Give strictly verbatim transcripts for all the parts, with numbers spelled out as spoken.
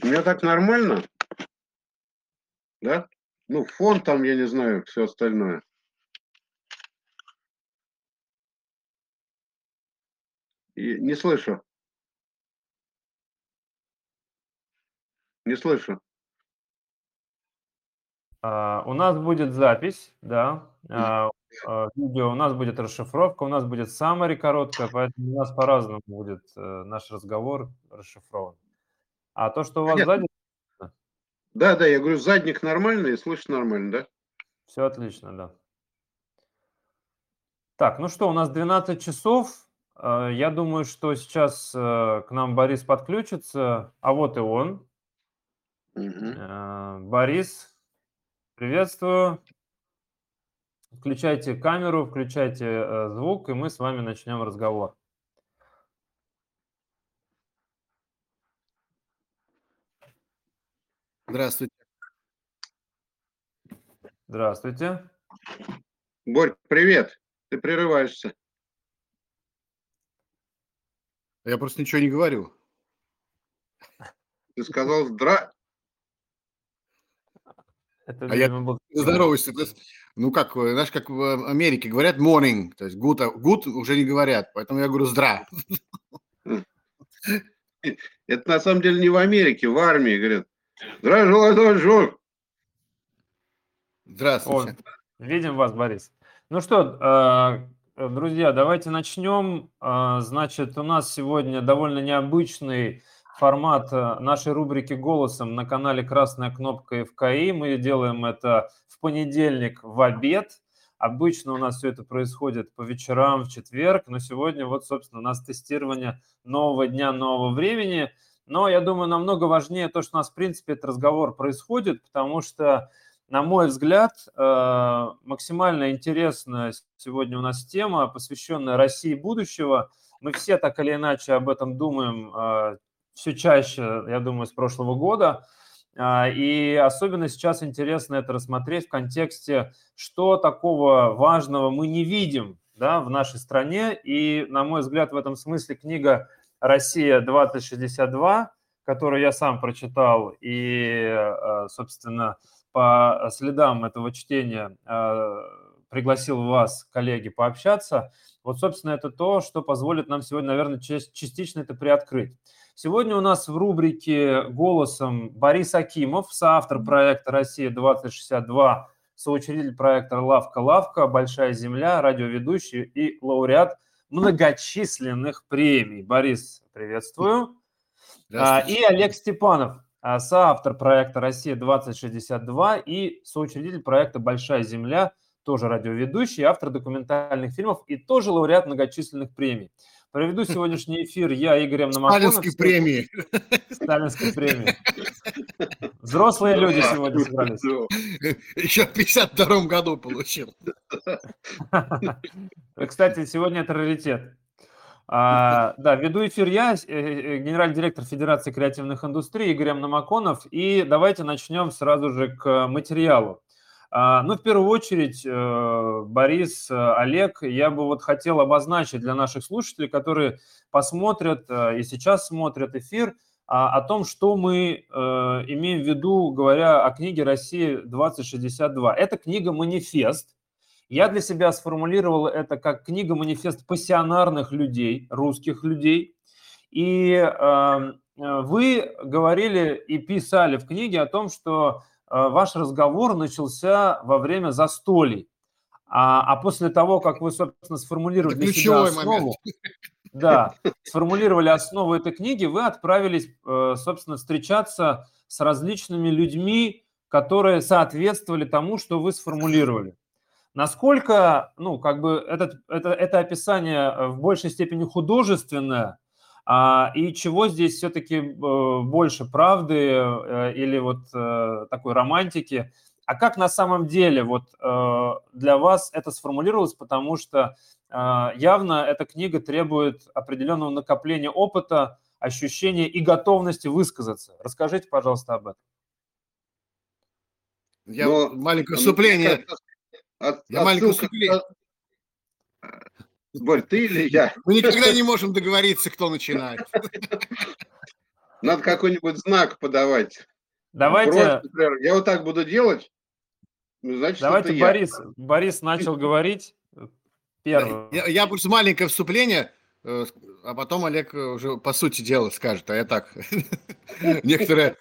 У меня так нормально? Да? Ну, фон там, я не знаю, все остальное. И не слышу. Не слышу. А, у нас будет запись, да, а, а, видео, у нас будет расшифровка, у нас будет summary короткая, поэтому у нас по-разному будет э, наш разговор расшифрован. А то, что у вас Понятно. сзади, Да, да, я говорю, задник нормальный и слышно нормально, да? все отлично, да. Так, ну что, у нас двенадцать часов. Э, Я думаю, что сейчас э, к нам Борис подключится. А вот и он. Мгм. Э, Борис, приветствую. Включайте камеру, включайте э, звук, и мы с вами начнем разговор. Здравствуйте. Здравствуйте. Борь, привет. Ты прерываешься. Я просто ничего не говорю. Ты сказал здра... Это, А я видимо, был сигнал. здороваюсь. это с- Ну, как, э, знаешь, как в Америке говорят morning, то есть good, а good уже не говорят, поэтому я говорю здра. Это на самом деле не в Америке, в армии, говорят. Здравия желаю, товарищ Жор. Здравствуйте. О, видим вас, Борис. Ну что, э, друзья, давайте начнем. Э, Значит, у нас сегодня довольно необычный формат э, нашей рубрики «Голосом» на канале «Красная кнопка эф ка и». Мы делаем это в понедельник в обед. Обычно у нас все это происходит по вечерам в четверг, но сегодня вот, собственно, у нас тестирование нового дня, нового времени. Но я думаю, намного важнее то, что у нас, в принципе, этот разговор происходит, потому что, на мой взгляд, э, максимально интересная сегодня у нас тема, посвященная России будущего. Мы все так или иначе об этом думаем э, все чаще, я думаю, с прошлого года. А, И особенно сейчас интересно это рассмотреть в контексте, что такого важного мы не видим, да, в нашей стране. И, на мой взгляд, в этом смысле книга «Россия двадцать шестьдесят два», которую я сам прочитал и, э, собственно, по следам этого чтения э, пригласил вас, коллеги, пообщаться. Вот, собственно, это то, что позволит нам сегодня, наверное, част- частично это приоткрыть. Сегодня у нас в рубрике «Голосом» Борис Акимов, соавтор проекта «Россия двадцать шестьдесят два», соучредитель проекта «Лавка-Лавка», «Большая земля», радиоведущий и лауреат многочисленных премий. Борис, приветствую. А, И Здравствуйте. Олег Степанов, а, соавтор проекта «Россия двадцать шестьдесят два» и соучредитель проекта «Большая земля», тоже радиоведущий, автор документальных фильмов и тоже лауреат многочисленных премий. Проведу сегодняшний эфир я, Игорь М. Намаконов, Сталинской премии. Сталинской премии. Взрослые люди сегодня собрались. Еще в пятьдесят втором году получил. Кстати, сегодня это раритет. А, да, веду эфир я, э, э, генеральный директор Федерации креативных индустрий Игорь М. Намаконов. И давайте начнем сразу же к материалу. А, ну, в первую очередь, э, Борис, э, Олег, я бы вот хотел обозначить для наших слушателей, которые посмотрят э, и сейчас смотрят эфир, а, о том, что мы э, имеем в виду, говоря о книге «Россия двадцать шестьдесят два». Это книга-манифест. Я для себя сформулировал это как книга-манифест пассионарных людей, русских людей. И э, вы говорили и писали в книге о том, что э, ваш разговор начался во время застолий. А, а после того, как вы, собственно, сформулировали Это для себя ключевой момент. основу, да, сформулировали основу этой книги, вы отправились, э, собственно, встречаться с различными людьми, которые соответствовали тому, что вы сформулировали. Насколько, ну, как бы этот, это, это описание э, в большей степени художественное, а, и чего здесь все-таки э, больше правды э, или вот э, такой романтики? А как на самом деле вот э, для вас это сформулировалось? Потому что э, явно эта книга требует определенного накопления опыта, ощущения и готовности высказаться. Расскажите, пожалуйста, об этом. Я Но маленькое мне вступление. кажется, от- Я маленькое отсылка... вступление. Борь, ты или я? Мы никогда не можем договориться, кто начинает. Надо какой-нибудь знак подавать. Давайте, Бровь, например. Я вот так буду делать, ну, значит, это давайте я. Борис, Борис начал говорить э, Да, первым. Я, я просто маленькое вступление, э, с- а потом Олег э, уже по сути дела скажет, а я так. Некоторое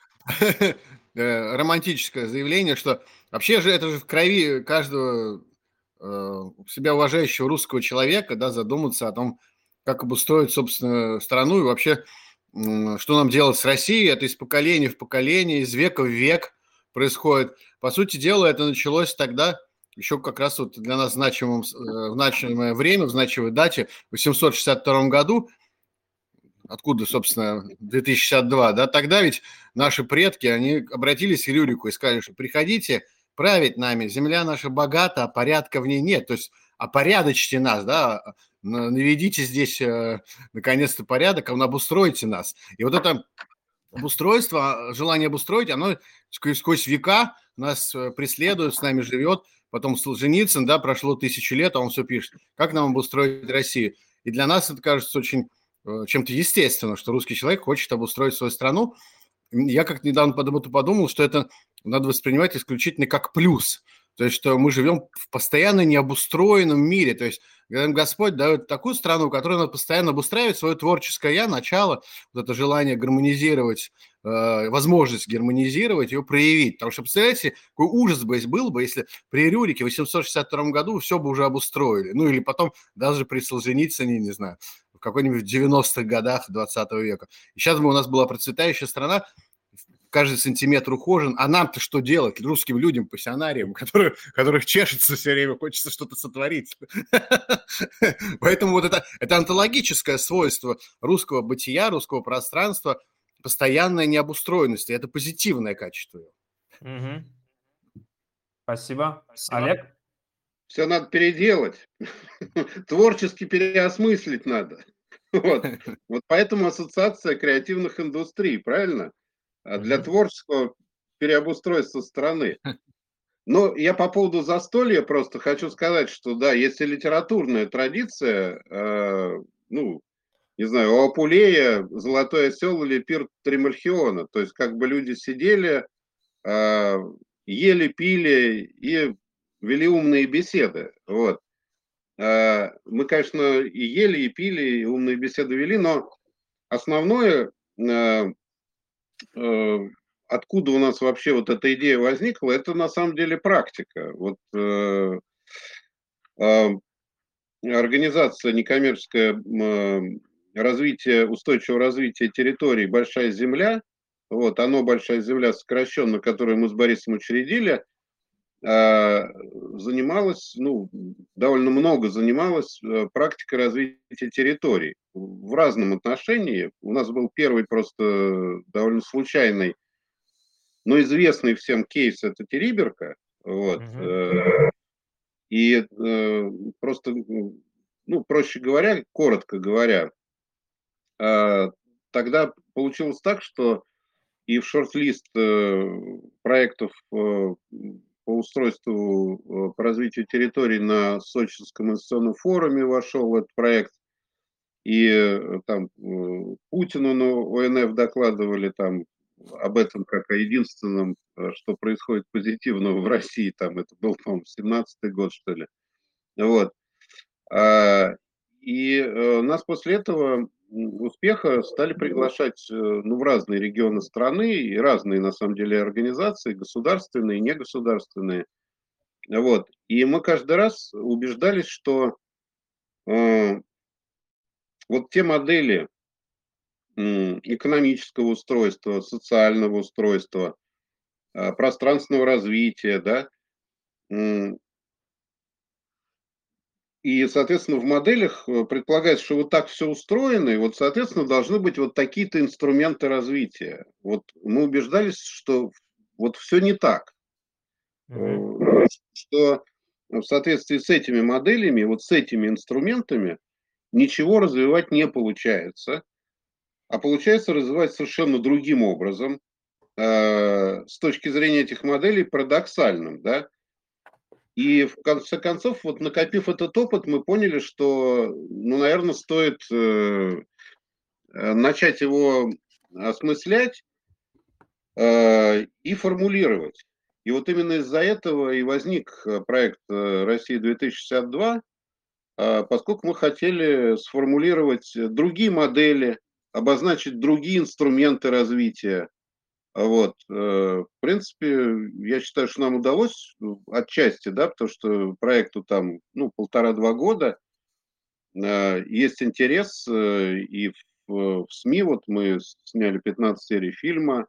э, романтическое заявление, что вообще же это же в крови каждого э, себя уважающего русского человека, да, задуматься о том, как обустроить, собственно, страну и вообще, м, что нам делать с Россией. Это из поколения в поколение, из века в век происходит. По сути дела, это началось тогда, еще как раз вот для нас значимым, с- э, в значимое время, в значимой дате, в восемьсот шестьдесят втором году, откуда, собственно, две тысячи шестьдесят два, да, тогда ведь наши предки, они обратились к Рюрику и сказали, что приходите править нами, земля наша богата, а порядка в ней нет, то есть опорядочьте нас, да, на- наведите здесь э, наконец-то порядок, а обустройте нас. И вот это обустройство, желание обустроить, оно сквозь, сквозь века нас э, преследует, с нами живет. Потом Солженицын, да, прошло тысячу лет, а он все пишет, как нам обустроить Россию. И для нас это кажется очень э, чем-то естественно, что русский человек хочет обустроить свою страну. Я как недавно подумал, подумал, что это надо воспринимать исключительно как плюс. То есть, что мы живем в постоянно необустроенном мире. То есть, когда нам Господь дает такую страну, в которой надо постоянно обустраивать свое творческое «я», начало, вот это желание гармонизировать, э, возможность гармонизировать, ее проявить. Потому что, представляете, какой ужас бы был бы, если при Рюрике в восемьсот шестьдесят втором году все бы уже обустроили. Ну, или потом даже при Солженицыне, не знаю, в какой-нибудь девяностых годах двадцатого века. И сейчас бы у нас была процветающая страна, каждый сантиметр ухожен, а нам-то что делать, русским людям, пассионариям, которые, которых чешется все время, хочется что-то сотворить. Поэтому вот это, это онтологическое свойство русского бытия, русского пространства, постоянная необустроенность, и это позитивное качество. Мгм. Спасибо. Олег? Все надо переделать. Творчески переосмыслить надо. Вот. Вот поэтому ассоциация креативных индустрий, правильно? А Для Мгм. творческого переобустройства страны. Но я по поводу застолья просто хочу сказать, что да, если литературная традиция, э, ну, не знаю, у Апулея «Золотой осел» или «Пир Тримальхиона», то есть как бы люди сидели, э, ели, пили и вели умные беседы. Вот. Э, Мы, конечно, и ели, и пили, и умные беседы вели, но основное, э, э, откуда у нас вообще вот эта идея возникла, это на самом деле практика. Вот э, э, организация некоммерческая м, развитие, устойчивого развития территорий «Большая земля», вот, оно «Большая земля» сокращенно, которую мы с Борисом учредили, а, занималась, ну, довольно много занималась э, практикой развития территорий в разном отношении. У нас был первый просто довольно случайный, но известный всем кейс — это Териберка. Вот. Мгм. э, И э, просто, м, ну, проще говоря, коротко говоря, а, тогда получилось так, что и в шорт-лист э, проектов э, по устройству, э, по развитию территорий на Сочинском инвестиционном форуме вошел этот проект. И э, там э, Путину на О Н Ф докладывали там об этом как о единственном, э, что происходит позитивного в России. Там это был, по-моему, семнадцатый год, что ли. Вот. А, И э, нас после этого м, успеха стали приглашать э, ну, в разные регионы страны и разные, на самом деле, организации, государственные, негосударственные. Вот. И мы каждый раз убеждались, что э, вот те модели м, экономического устройства, социального устройства, э, пространственного развития, да, м, и, соответственно, в моделях э, предполагается, что вот так все устроено, и вот, соответственно, должны быть вот такие-то инструменты развития. Вот мы убеждались, что вот все не так, Мгм. Э, что в соответствии с этими моделями, вот с этими инструментами ничего развивать не получается, а получается развивать совершенно другим образом, э, с точки зрения этих моделей парадоксальным, да. И в конце концов, вот накопив этот опыт, мы поняли, что, ну, наверное, стоит э, э, начать его осмыслять э, и формулировать. И вот именно из-за этого и возник проект «Россия-две тысячи шестьдесят два», поскольку мы хотели сформулировать другие модели, обозначить другие инструменты развития. Вот. В принципе, я считаю, что нам удалось отчасти, да, потому что проекту там, ну, полтора-два года. Есть интерес, и в, в СМИ вот мы сняли пятнадцать серий фильма,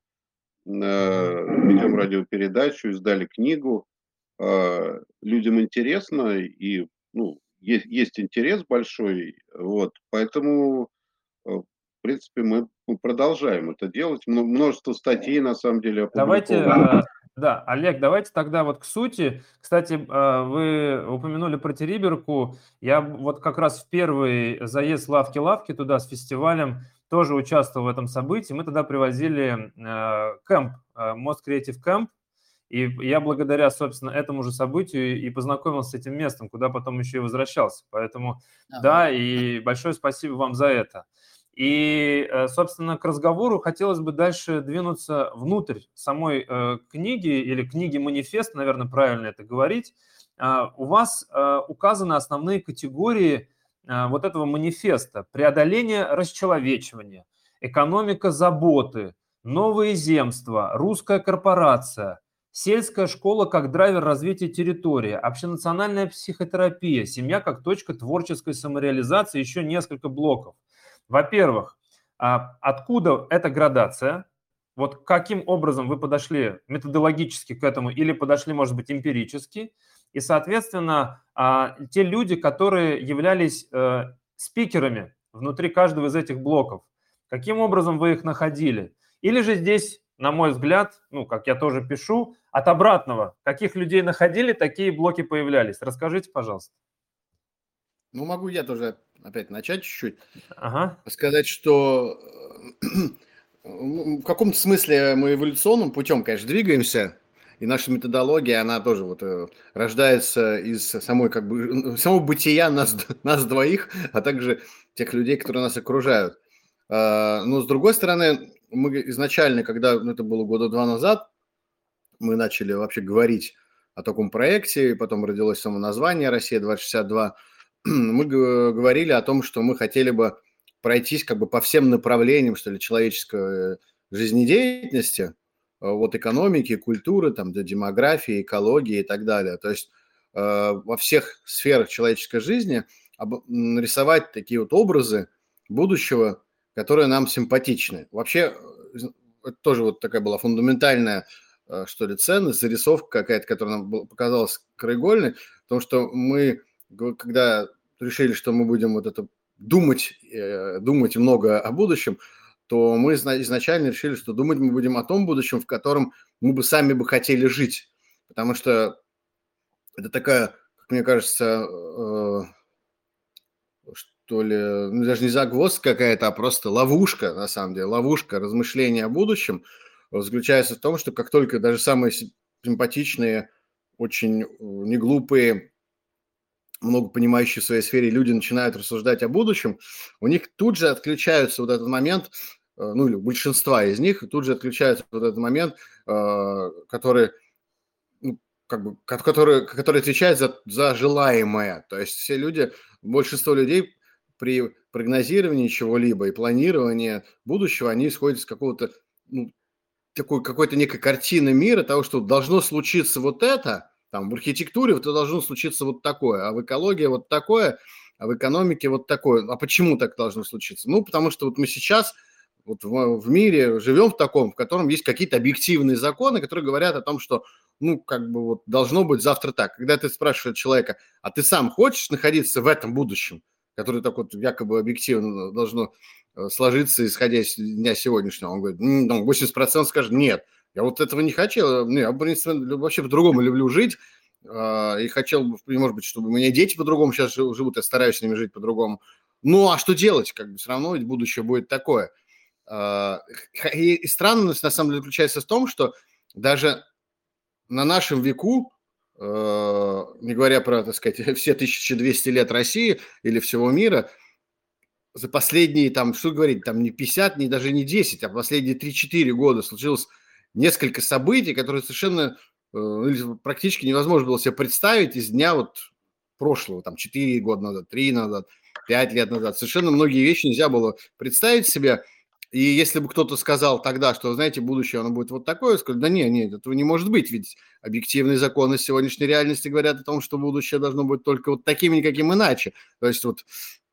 ведем радиопередачу, издали книгу. Людям интересно, и, ну, есть, есть интерес большой, вот, поэтому, в принципе, мы продолжаем это делать. Множество статей, на самом деле, опубликовано. Давайте, да, Олег, давайте тогда вот к сути. Кстати, вы упомянули про Териберку. Я вот как раз в первый заезд Лавки-Лавки туда с фестивалем тоже участвовал в этом событии. Мы тогда привозили кэмп, Most Creative Camp, и я благодаря, собственно, этому же событию и познакомился с этим местом, куда потом еще и возвращался. Поэтому, ага. Да, и большое спасибо вам за это. И, собственно, к разговору хотелось бы дальше двинуться внутрь самой э, книги, или книги-манифест, наверное, правильно это говорить. Э, у вас э, указаны основные категории э, вот этого манифеста. Преодоление расчеловечивания, экономика заботы, новые земства, русская корпорация, сельская школа как драйвер развития территории, общенациональная психотерапия, семья как точка творческой самореализации, еще несколько блоков. Во-первых, откуда эта градация? Вот каким образом вы подошли методологически к этому или подошли, может быть, эмпирически? И, соответственно, те люди, которые являлись спикерами внутри каждого из этих блоков, каким образом вы их находили? Или же здесь, на мой взгляд, ну, как я тоже пишу, от обратного, каких людей находили, такие блоки появлялись. Расскажите, пожалуйста. Ну, могу я тоже опять начать чуть-чуть. Ага. Сказать, что в каком-то смысле мы эволюционным путем, конечно, двигаемся, и наша методология, она тоже вот рождается из самой, как бы, самого бытия нас, нас двоих, а также тех людей, которые нас окружают. Но, с другой стороны, мы изначально, когда, ну, это было года два назад, мы начали вообще говорить о таком проекте, и потом родилось само название «Россия-две тысячи шестьдесят два», мы говорили о том, что мы хотели бы пройтись как бы по всем направлениям, что ли, человеческой жизнедеятельности, от экономики, культуры, там, до демографии, экологии и так далее. То есть э, во всех сферах человеческой жизни об, нарисовать такие вот образы будущего, которые нам симпатичны. Вообще, это тоже вот такая была фундаментальная, что ли, ценность, зарисовка какая-то, которая нам показалась краеугольной, потому что мы, когда решили, что мы будем вот это думать, думать много о будущем, то мы изначально решили, что думать мы будем о том будущем, в котором мы бы сами бы хотели жить. Потому что это такая, как мне кажется, что ли, ну, даже не загвоздка какая-то, а просто ловушка, на самом деле, ловушка размышления о будущем заключается в том, что как только даже самые симпатичные, очень неглупые, много понимающие в своей сфере люди начинают рассуждать о будущем, у них тут же отключается вот этот момент, ну или у большинства из них тут же отключается вот этот момент, который, ну, как бы, который, который отвечает за, за желаемое. То есть все люди, большинство людей при прогнозировании чего-либо и планировании будущего, они исходят из какого-то, ну, такой, какой-то некой картины мира, того, что должно случиться вот это, там, в архитектуре вот должно случиться вот такое, а в экологии вот такое, а в экономике вот такое. А почему так должно случиться? Ну, потому что вот мы сейчас вот в, в мире живем в таком, в котором есть какие-то объективные законы, которые говорят о том, что, ну, как бы вот должно быть завтра так. Когда ты спрашиваешь человека, а ты сам хочешь находиться в этом будущем, которое так вот якобы объективно должно сложиться, исходя из дня сегодняшнего, он говорит, ну, восемьдесят процентов скажет, нет, я вот этого не хотел, я, в принципе, вообще по-другому люблю жить, и хотел бы, может быть, чтобы у меня дети по-другому сейчас живут, я стараюсь с ними жить по-другому. Ну, а что делать? Как бы все равно ведь будущее будет такое. И странность, на самом деле, заключается в том, что даже на нашем веку, не говоря про, так сказать, все тысяча двести лет России или всего мира, за последние, там, что говорить, там не пятьдесят, не даже не десять, а последние три-четыре года случилось несколько событий, которые совершенно э, практически невозможно было себе представить из дня вот прошлого, там, четыре года назад, три назад, пять лет назад. Совершенно многие вещи нельзя было представить себе. И если бы кто-то сказал тогда, что, знаете, будущее оно будет вот такое, я скажу, да нет, нет, этого не может быть, ведь объективные законы сегодняшней реальности говорят о том, что будущее должно быть только вот таким, никаким иначе. То есть вот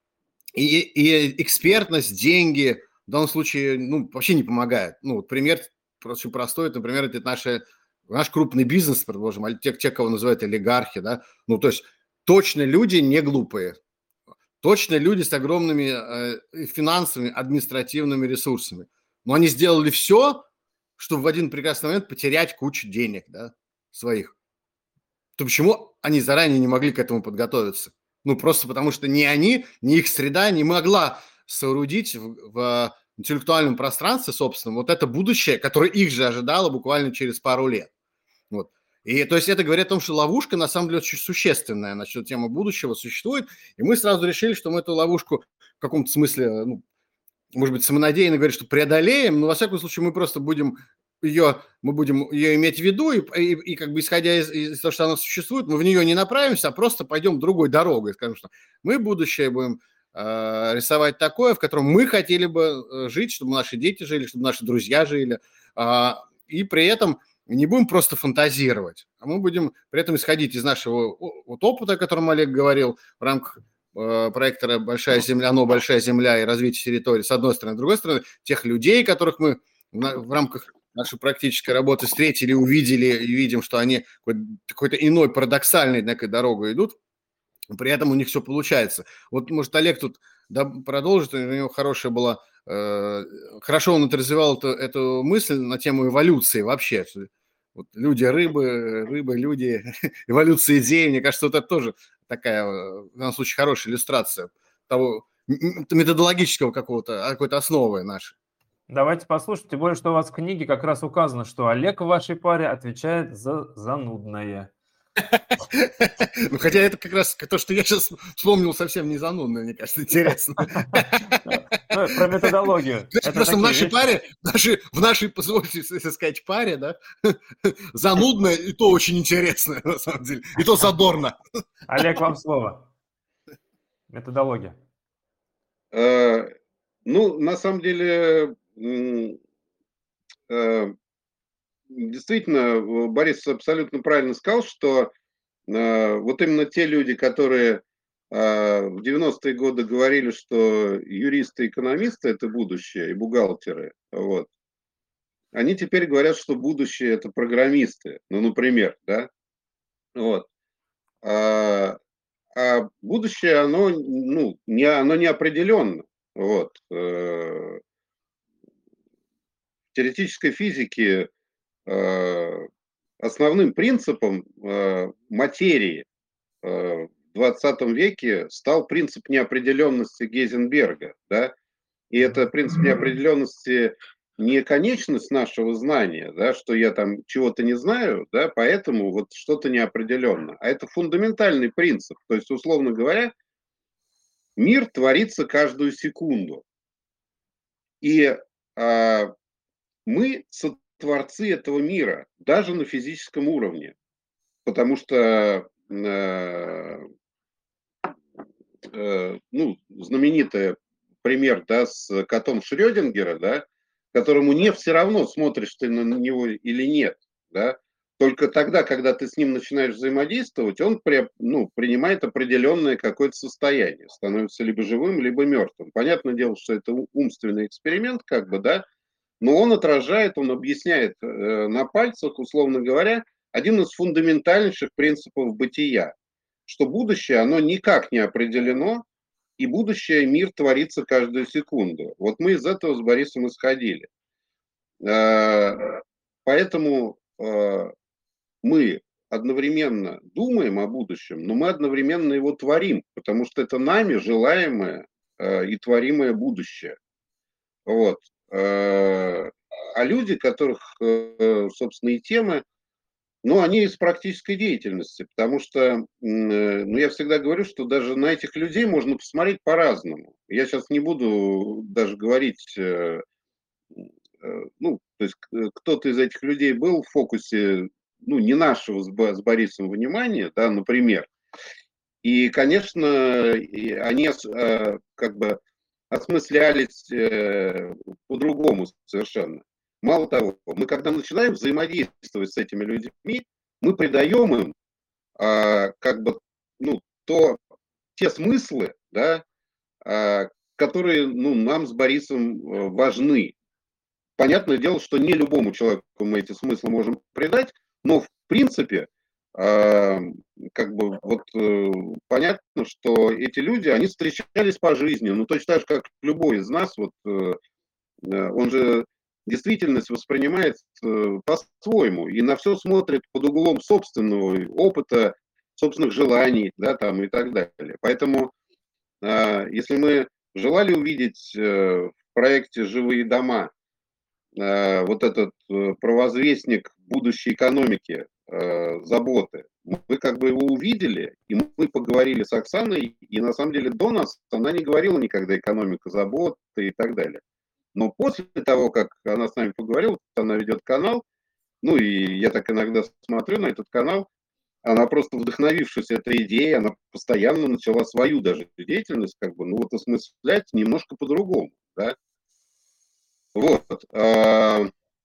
и, и экспертность, деньги в данном случае ну, вообще не помогают. Ну, вот пример очень простой, например, это наши, наш крупный бизнес, предположим, те, те, кого называют олигархи, да, ну, то есть точно люди не глупые, точно люди с огромными э, финансовыми, административными ресурсами. Но они сделали все, чтобы в один прекрасный момент потерять кучу денег, да, своих. То почему они заранее не могли к этому подготовиться? Ну, просто потому что ни они, ни их среда не могла соорудить в, в интеллектуальном пространстве собственном вот это будущее, которое их же ожидало буквально через пару лет. Вот. И то есть это говорит о том, что ловушка на самом деле очень существенная насчет темы будущего существует, и мы сразу решили, что мы эту ловушку в каком-то смысле, ну, может быть, самонадеянно говорить, что преодолеем, но во всяком случае мы просто будем ее, мы будем ее иметь в виду, и, и, и как бы исходя из, из того, что она существует, мы в нее не направимся, а просто пойдем другой дорогой, скажем, что мы будущее будем э, рисовать такое, в котором мы хотели бы жить, чтобы наши дети жили, чтобы наши друзья жили, э, и при этом не будем просто фантазировать, а мы будем при этом исходить из нашего вот опыта, о котором Олег говорил, в рамках проекта «Большая земля», «Но большая земля» и развитие территории, с одной стороны. С другой стороны, тех людей, которых мы в рамках нашей практической работы встретили, увидели и видим, что они какой-то иной парадоксальной такой дорогой идут, при этом у них все получается. Вот, может, Олег тут продолжит, у него хорошая была, э, хорошо он развивал эту, эту мысль на тему эволюции вообще. Вот люди, рыбы, рыбы, люди, эволюция идей, мне кажется, вот это тоже такая, в данном случае, хорошая иллюстрация того методологического какого-то, какой-то основы нашей. Давайте послушаем, тем более, что у вас в книге как раз указано, что Олег в вашей паре отвечает за занудное. Ну, хотя это как раз то, что я сейчас вспомнил, совсем не занудное, мне кажется, интересно. Про методологию. Просто в нашей паре, в нашей, позвольте сказать, паре, да, занудное и то очень интересное, на самом деле, и то задорно. Олег, вам слово. Методология. Ну, на самом деле, действительно, Борис абсолютно правильно сказал, что вот именно те люди, которые в девяностые годы говорили, что юристы и экономисты – это будущее, и бухгалтеры, вот, они теперь говорят, что будущее – это программисты, ну, например, да, вот. А, а будущее, оно, ну, не, оно не определенно, вот. В теоретической физике основным принципом материи в двадцатом веке стал принцип неопределенности Гейзенберга, да, и это принцип неопределенности не конечность нашего знания, да, что я там чего-то не знаю, да, поэтому вот что-то неопределенно, а это фундаментальный принцип, то есть, условно говоря, мир творится каждую секунду, и а, мы сотворцы этого мира, даже на физическом уровне, потому что э, э, ну, знаменитый пример, да, с котом Шрёдингера, да, которому не все равно, смотришь ты на него или нет, да, только тогда, когда ты с ним начинаешь взаимодействовать, он при, ну, принимает определенное какое-то состояние, становится либо живым, либо мертвым. Понятное дело, что это умственный эксперимент, как бы, да, но он отражает, он объясняет э, на пальцах, условно говоря, один из фундаментальнейших принципов бытия, что будущее, оно никак не определено, и будущее, мир творится каждую секунду. Вот мы из этого с Борисом исходили. Э, поэтому э, мы одновременно думаем о будущем, но мы одновременно его творим, потому что это нами желаемое э, и творимое будущее. Вот. А люди, которых, собственно, и темы Ну, они из практической деятельности, потому что, ну, я всегда говорю, что даже на этих людей можно посмотреть по-разному. Я сейчас не буду даже говорить, э, э, ну, то есть кто-то из этих людей был в фокусе, ну, не нашего с, с Борисом внимания, да, например. И, конечно, и они э, как бы осмыслялись э, по-другому совершенно. Мало того, мы когда начинаем взаимодействовать с этими людьми, мы придаем им а, как бы, ну, то, те смыслы, да, а, которые, ну, нам с Борисом важны. Понятное дело, что не любому человеку мы эти смыслы можем придать, но в принципе, а, как бы вот э, понятно, что эти люди, они встречались по жизни, ну точно так же, как любой из нас, вот э, он же действительность воспринимает э, по-своему и на все смотрит под углом собственного опыта, собственных желаний, да, там и так далее. Поэтому, э, если мы желали увидеть э, в проекте «Живые дома» э, вот этот э, провозвестник будущей экономики, э, заботы, мы как бы его увидели, и мы поговорили с Оксаной, и на самом деле до нас она не говорила никогда экономика, заботы и так далее. Но после того, как она с нами поговорила, она ведет канал, ну и я так иногда смотрю на этот канал, она просто вдохновившись этой идеей, она постоянно начала свою даже деятельность, как бы, ну вот осмыслять немножко по-другому, да. Вот. А,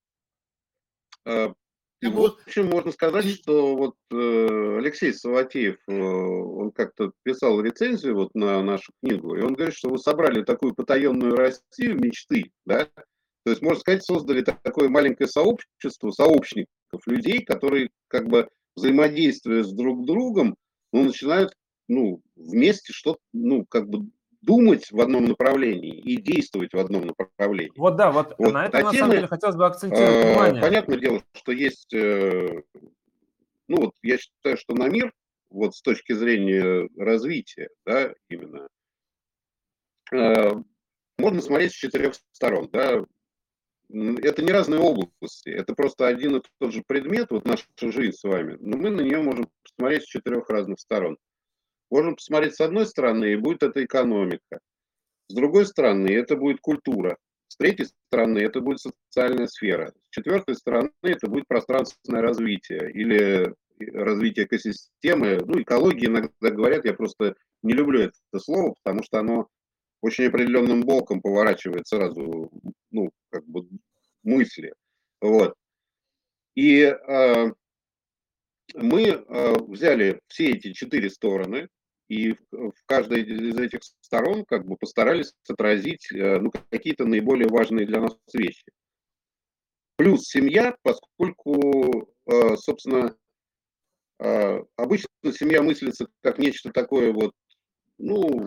а, и в Вот. общем, можно сказать, что вот э, Алексей Саватеев, э, он как-то писал рецензию вот на нашу книгу, и он говорит, что вы собрали такую потаенную Россию мечты, да, то есть, можно сказать, создали такое маленькое сообщество, сообщников людей, которые как бы взаимодействуя с друг другом, ну, начинают, ну, вместе что-то, ну, как бы думать в одном направлении и действовать в одном направлении. Вот да, вот Вот. на А этом на самом темы, деле хотелось бы акцентировать э, внимание. понятное дело, что есть, э, ну вот я считаю, что на мир, вот с точки зрения развития, да, именно, э, можно смотреть с четырех сторон, да. Это не разные области, это просто один и тот же предмет, вот наша жизнь с вами, но мы на нее можем посмотреть с четырех разных сторон. Можем посмотреть с одной стороны, и будет это экономика. С другой стороны, это будет культура. С третьей стороны, это будет социальная сфера. С четвертой стороны, это будет пространственное развитие или развитие экосистемы. Ну, экология иногда говорят, я просто не люблю это слово, потому что оно очень определенным боком поворачивает сразу, ну, как бы мысли. Вот. И э, мы э, взяли все эти четыре стороны, и в, в каждой из этих сторон как бы постарались отразить э, ну, какие-то наиболее важные для нас вещи. Плюс семья, поскольку, э, собственно, э, обычно семья мыслится как нечто такое вот, ну,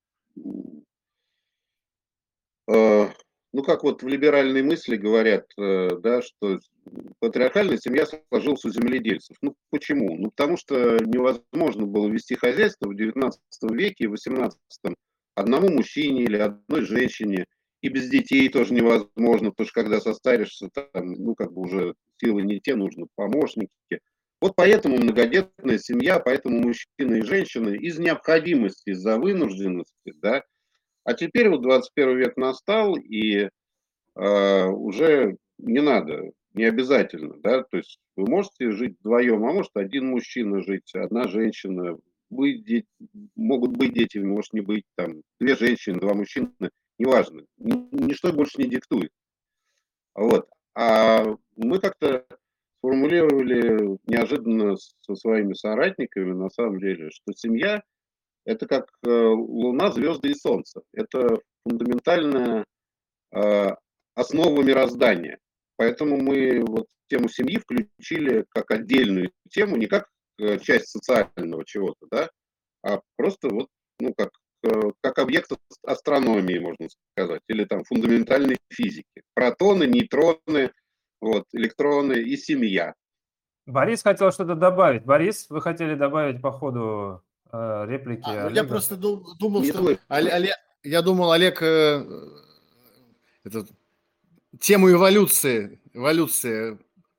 э, ну, как вот в либеральной мысли говорят, э, да, что патриархальная семья сложилась у земледельцев. Ну, почему? Ну, потому что невозможно было вести хозяйство в девятнадцатом веке и восемнадцатом одному мужчине или одной женщине. И без детей тоже невозможно, потому что когда состаришься, там, ну, как бы уже силы не те, нужны помощники. Вот поэтому многодетная семья, поэтому мужчины и женщины из необходимости, из-за вынужденности, да. А теперь вот двадцать первый век настал, и э, уже не надо, не обязательно, да, то есть вы можете жить вдвоем, а может один мужчина жить, одна женщина, быть дети, могут быть дети, может не быть, там, две женщины, два мужчины, неважно, ничто больше не диктует. Вот. А мы как-то сформулировали неожиданно со своими соратниками, на самом деле, что семья – это как э, Луна, звезды и Солнце. Это фундаментальная э, основа мироздания. Поэтому мы вот тему семьи включили как отдельную тему, не как э, часть социального чего-то, да, а просто вот, ну, как, э, как объект астрономии, можно сказать, или там фундаментальной физики. Протоны, нейтроны, вот, электроны и семья. Борис хотел что-то добавить. Борис, вы хотели добавить по ходу э, реплики А, ну Олега? я просто дум, думал, Не что слышно. Олег, я думал, Олег э, этот, тему эволюции, эволюции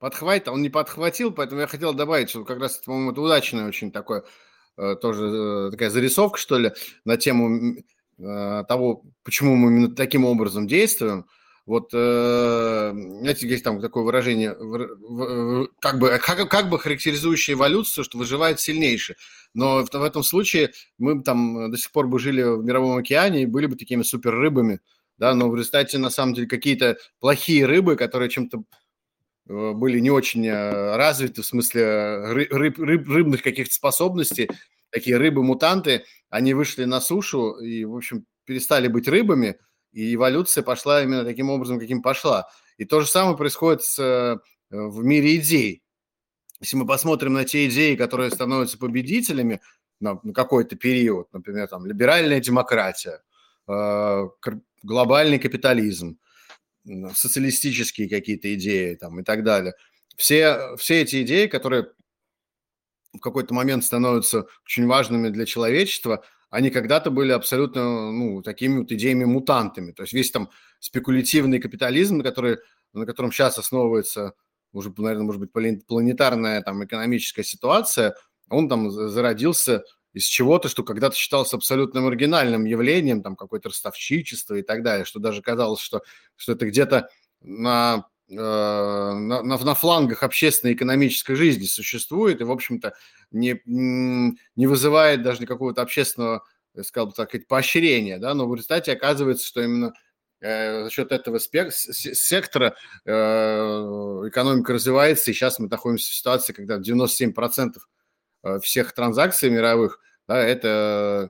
подхватит, а он не подхватил, поэтому я хотел добавить, что как раз, по-моему, это удачное очень такое, э, тоже э, такая зарисовка, что ли, на тему э, того, почему мы именно таким образом действуем. Вот, э, знаете, есть там такое выражение, в, в, как, бы, как, как бы характеризующее эволюцию, что выживает сильнейший. Но в, в этом случае мы там до сих пор бы жили в Мировом океане и были бы такими суперрыбами, да, но в результате, на самом деле, какие-то плохие рыбы, которые чем-то были не очень развиты в смысле рыб, рыб, рыб, рыбных каких-то способностей, такие рыбы-мутанты, они вышли на сушу и, в общем, перестали быть рыбами, и эволюция пошла именно таким образом, каким пошла. И то же самое происходит с, в мире идей. Если мы посмотрим на те идеи, которые становятся победителями на, на какой-то период, например, там, либеральная демократия, э, глобальный капитализм, социалистические какие-то идеи там, и так далее. Все, все эти идеи, которые в какой-то момент становятся очень важными для человечества, они когда-то были абсолютно ну, такими вот идеями-мутантами. То есть весь там спекулятивный капитализм, на, который, на котором сейчас основывается уже, наверное, может быть, планетарная там, экономическая ситуация, он там зародился из чего-то, что когда-то считалось абсолютно маргинальным явлением, там какое-то ростовщичество и так далее, что даже казалось, что, что это где-то на, э, на, на флангах общественной экономической жизни существует и, в общем-то, не, не вызывает даже никакого-то общественного, я сказал бы так, поощрения, да, но в результате оказывается, что именно за счет этого сектора экономика развивается, и сейчас мы находимся в ситуации, когда девяносто семь процентов всех транзакций мировых, да, это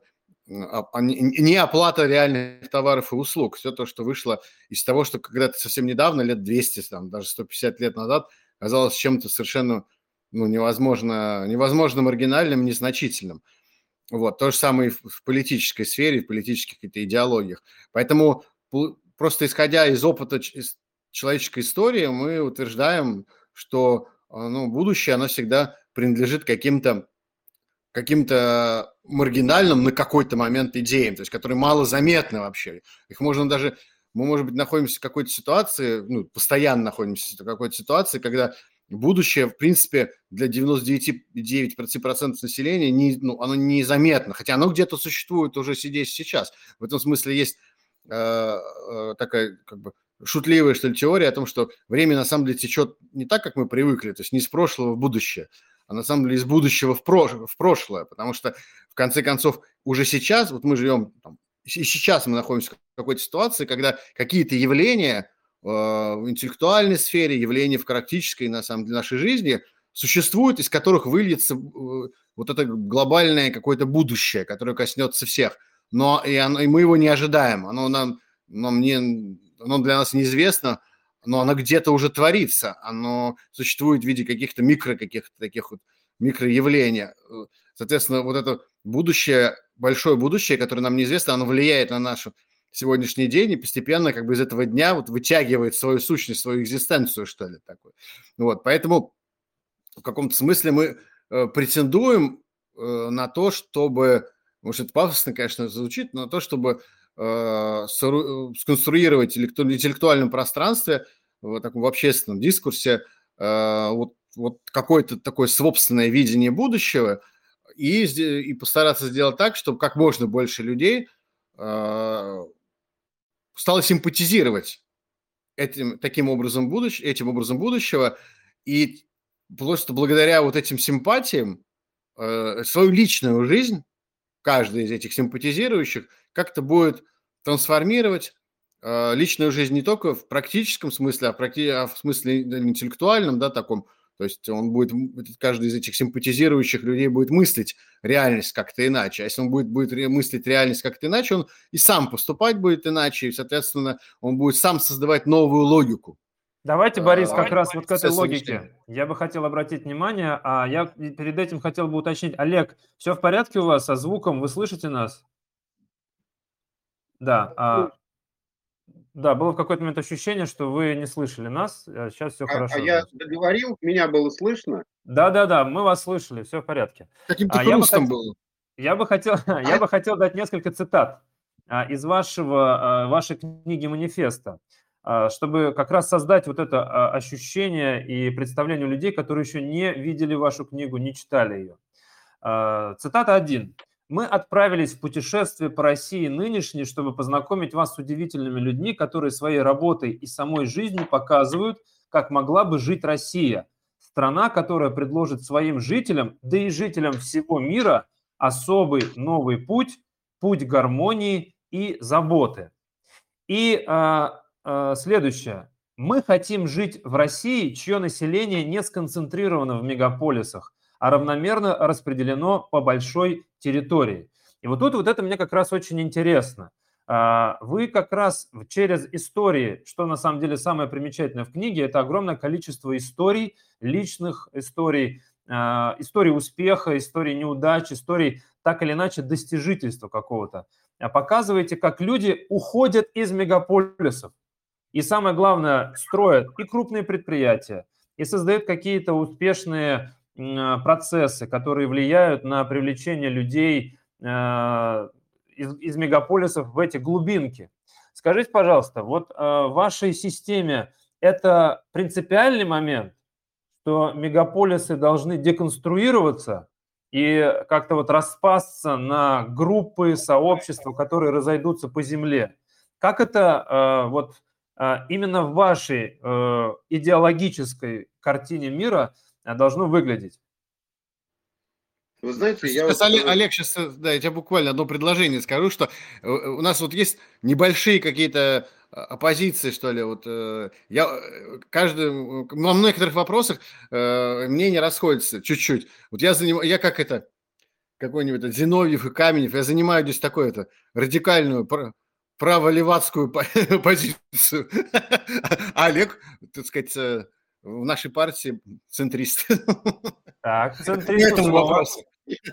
не оплата реальных товаров и услуг. Все то, что вышло из того, что когда-то совсем недавно, лет двести, там, даже сто пятьдесят лет назад, казалось чем-то совершенно ну, невозможно, невозможно маргинальным, незначительным. Вот. То же самое и в политической сфере, в политических каких-то идеологиях. Поэтому просто исходя из опыта из человеческой истории, мы утверждаем, что ну, будущее, оно всегда принадлежит каким-то каким-то маргинальным на какой-то момент идеям, то есть которые малозаметны вообще. Их можно даже, мы, может быть, находимся в какой-то ситуации, ну, постоянно находимся в какой-то ситуации, когда будущее, в принципе, для девяносто девять процентов населения не, ну, оно незаметно, хотя оно где-то существует уже здесь сейчас. В этом смысле есть э, э, такая как бы шутливая, что ли, теория о том, что время на самом деле течет не так, как мы привыкли, то есть не из прошлого в будущее, а на самом деле из будущего в, прош... в прошлое, потому что, в конце концов, уже сейчас, вот мы живем, там, и сейчас мы находимся в какой-то ситуации, когда какие-то явления э, в интеллектуальной сфере, явления в практической, на самом деле, нашей жизни существуют, из которых выльется э, вот это глобальное какое-то будущее, которое коснется всех, но и, оно, и мы его не ожидаем, оно, нам, нам не, оно для нас неизвестно, но оно где-то уже творится, оно существует в виде каких-то микро, каких-то таких вот микроявлений. Соответственно, вот это будущее, большое будущее, которое нам неизвестно, оно влияет на наш сегодняшний день и постепенно как бы из этого дня вот вытягивает свою сущность, свою экзистенцию, что ли, такое. Вот, поэтому в каком-то смысле мы э, претендуем э, на то, чтобы, может, это пафосно, конечно, звучит, но на то, чтобы сконструировать в интеллектуальном пространстве, в таком в общественном дискурсе вот, вот какое-то такое собственное видение будущего и, и постараться сделать так, чтобы как можно больше людей стало симпатизировать этим, таким образом будущ, этим образом будущего и просто благодаря вот этим симпатиям свою личную жизнь каждый из этих симпатизирующих как-то будет трансформировать э, личную жизнь не только в практическом смысле, а, практи- а в смысле интеллектуальном, да, таком. То есть он будет, каждый из этих симпатизирующих людей будет мыслить реальность как-то иначе. А если он будет, будет мыслить реальность как-то иначе, он и сам поступать будет иначе, и, соответственно, он будет сам создавать новую логику. Давайте, Борис, как а, раз вот к этой логике я бы хотел обратить внимание, а я перед этим хотел бы уточнить. Олег, все в порядке у вас со звуком? Вы слышите нас? Да. А, да, было в какой-то момент ощущение, что вы не слышали нас, а сейчас все а, хорошо. А я договорил, меня было слышно? Да-да-да, мы вас слышали, все в порядке. Каким-то а, хрустом было. Я бы хотел, а? я бы хотел дать несколько цитат из вашего, вашей книги «Манифеста». а, чтобы как раз создать вот это а, ощущение и представление у людей, которые еще не видели вашу книгу, не читали ее. А, Цитата один. «Мы отправились в путешествие по России нынешней, чтобы познакомить вас с удивительными людьми, которые своей работой и самой жизнью показывают, как могла бы жить Россия. Страна, которая предложит своим жителям, да и жителям всего мира, особый новый путь, путь гармонии и заботы». И а, а, следующее. «Мы хотим жить в России, чье население не сконцентрировано в мегаполисах, а равномерно распределено по большой территории». И вот тут вот это мне как раз очень интересно. А, Вы как раз через истории, что на самом деле самое примечательное в книге, это огромное количество историй, личных историй, а, историй успеха, историй неудач, историй так или иначе достижительства какого-то. А показываете, как люди уходят из мегаполисов. И самое главное, строят и крупные предприятия, и создают какие-то успешные м, процессы, которые влияют на привлечение людей э, из, из мегаполисов в эти глубинки. Скажите, пожалуйста, вот э, в вашей системе это принципиальный момент, что мегаполисы должны деконструироваться и как-то вот распасться на группы, сообщества, которые разойдутся по земле. Как это э, вот э, именно в вашей э, идеологической картине мира э, должно выглядеть? Вы знаете, я Сейчас, вот... Олег, э, Олег, сейчас, да, я тебе буквально одно предложение скажу, что э, у нас вот есть небольшие какие-то а, оппозиции, что ли, вот э, я э, каждый, м, во некоторых вопросах э, мнения расходятся чуть-чуть. Вот я занимаю, я как это, какой-нибудь это Зиновьев и Каменев, я занимаю здесь такое это радикальную пра- право-левацкую по- позицию. А Олег, так сказать, э, в нашей партии центрист. Так, По центристу этому слово. вопросу.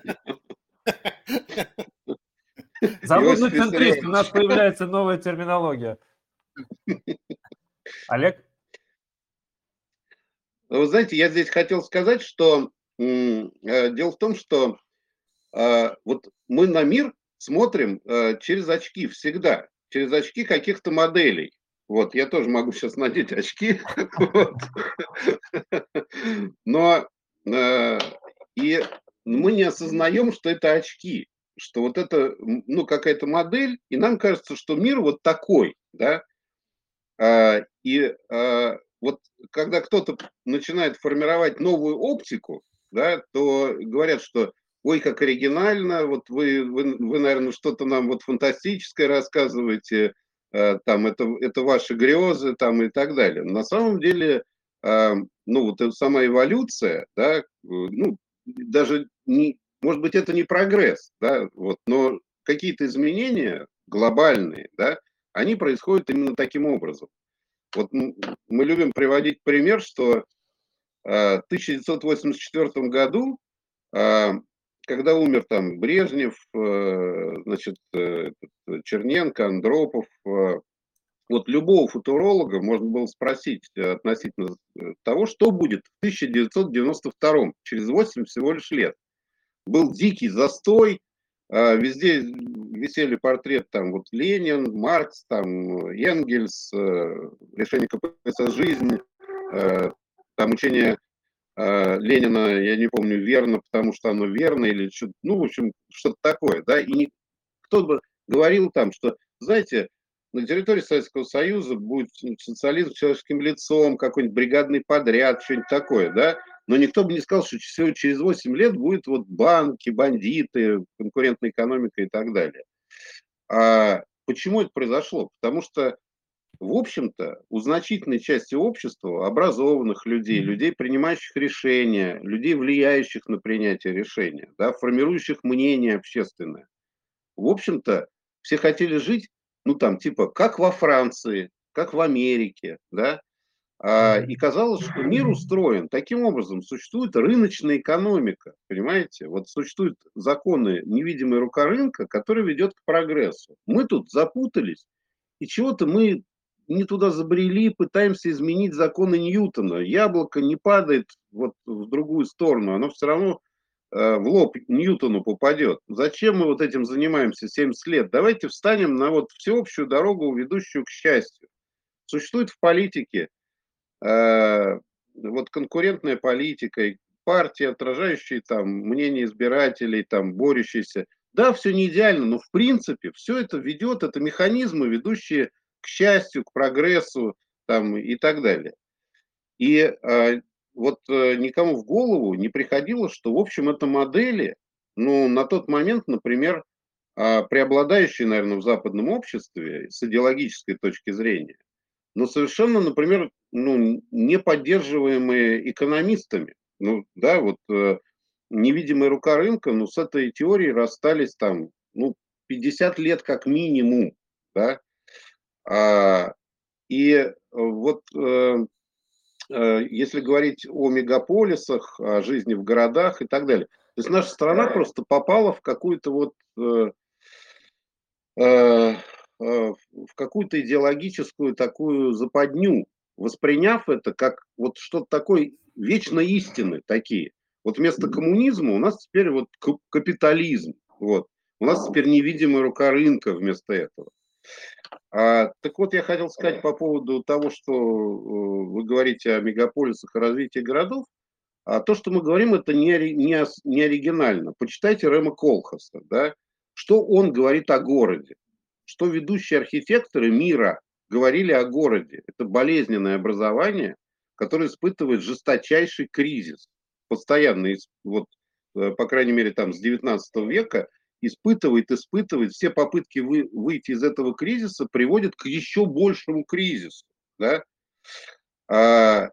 Западный Иосиф центрист, у нас Виссарионович, появляется новая терминология. Олег? вы знаете, я здесь хотел сказать, что м, э, дело в том, что э, вот мы на мир смотрим э, через очки всегда, через очки каких-то моделей. Вот, я тоже могу сейчас надеть очки. Вот. Но э, и мы не осознаем, что это очки, что вот это, м, ну, какая-то модель, и нам кажется, что мир вот такой, да. А, И а, вот когда кто-то начинает формировать новую оптику, да, то говорят, что ой, как оригинально, вот вы, вы, вы наверное, что-то нам вот фантастическое рассказываете, э, там, это, это ваши грезы, там, и так далее. На самом деле, а, ну, вот эта сама эволюция, да, э, ну, даже не, может быть, это не прогресс, да, вот, но какие-то изменения глобальные, да, они происходят именно таким образом. Вот мы любим приводить пример, что э, в тысяча девятьсот восемьдесят четвёртом году, э, когда умер там Брежнев, э, значит, э, Черненко, Андропов, э, вот любого футуролога можно было спросить относительно того, что будет в тысяча девятьсот девяносто втором, через восемь всего лишь лет. Был дикий застой, а, везде висели портреты там вот Ленин, Маркс, там Энгельс, э, решение ка пэ эс «Жизнь», э, там учение э, Ленина, я не помню, верно, потому что оно верно, или что-то, ну, в общем, что-то такое, да, и кто бы говорил там, что, знаете, на территории Советского Союза будет социализм человеческим лицом, какой-нибудь бригадный подряд, что-нибудь такое, да, но никто бы не сказал, что всего через восемь лет будет вот банки, бандиты, конкурентная экономика и так далее. А почему это произошло? Потому что, в общем-то, у значительной части общества, образованных людей, людей, принимающих решения, людей, влияющих на принятие решения, да, формирующих мнение общественное, в общем-то, все хотели жить, ну, там, типа, как во Франции, как в Америке, да, а, и казалось, что мир устроен таким образом, существует рыночная экономика, понимаете? Вот существуют законы невидимой рука рынка, который ведет к прогрессу. Мы тут запутались, и чего-то мы не туда забрели, пытаемся изменить законы Ньютона. Яблоко не падает вот в другую сторону, оно все равно э, в лоб Ньютону попадет. Зачем мы вот этим занимаемся семьдесят лет? Давайте встанем на вот всеобщую дорогу, ведущую к счастью. Существует в политике э, вот конкурентная политика, и партии, отражающие там мнение избирателей, там борющиеся. Да, все не идеально, но в принципе все это ведет, это механизмы, ведущие к счастью, к прогрессу там, и так далее. И э, вот э, никому в голову не приходило, что, в общем, это модели, ну, на тот момент, например, э, преобладающие, наверное, в западном обществе с идеологической точки зрения, но совершенно, например, ну, не поддерживаемые экономистами. Ну, да, вот э, невидимая рука рынка, ну, с этой теорией расстались там, ну, пятьдесят лет как минимум, да. А, и э, вот э, э, если говорить о мегаполисах, о жизни в городах и так далее, то есть наша страна просто попала в какую-то вот э, э, э, в какую-то идеологическую такую западню, восприняв это как вот что-то такое вечно истины такие. Вот вместо коммунизма у нас теперь вот к- капитализм. Вот. У нас теперь невидимая рука рынка вместо этого. А, так вот, я хотел сказать по поводу того, что э, вы говорите о мегаполисах и развитии городов. А то, что мы говорим, это не, ори- не, ос- не оригинально. Почитайте Рема Колхаса, да, что он говорит о городе, что ведущие архитекторы мира говорили о городе. Это болезненное образование, которое испытывает жесточайший кризис. Постоянно, ис- вот, э, по крайней мере, там с девятнадцатого века испытывает, испытывает. Все попытки вы, выйти из этого кризиса приводят к еще большему кризису. Да? А,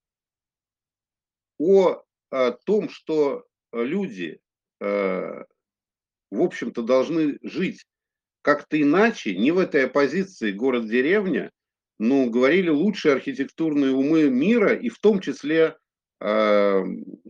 о, о том, что э, люди, э, в общем-то, должны жить как-то иначе, не в этой оппозиции город-деревня, но говорили лучшие архитектурные умы мира, и в том числе э, э,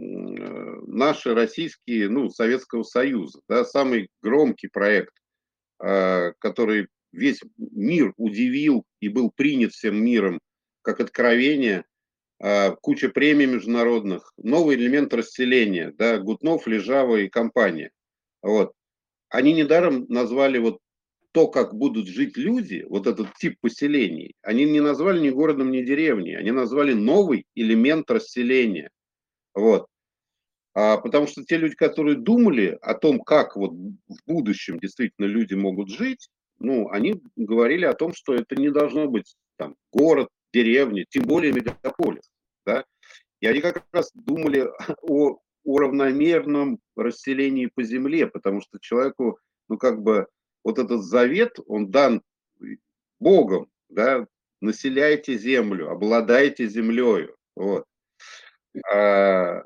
наши российские, ну, Советского Союза, да, самый громкий проект, э, который весь мир удивил и был принят всем миром как откровение, э, куча премий международных, новый элемент расселения, да, Гутнов, Лежава и компания. Вот. Они недаром назвали вот то, как будут жить люди, вот этот тип поселений, они не назвали ни городом, ни деревней, они назвали новый элемент расселения. Вот. А, потому что те люди, которые думали о том, как вот в будущем действительно люди могут жить, ну, они говорили о том, что это не должно быть там город, деревня, тем более мегаполис. Да? И они как раз думали о, о равномерном расселении по земле, потому что человеку, ну, как бы, вот этот завет, он дан Богом, да, населяйте землю, обладайте землею. Вот. А,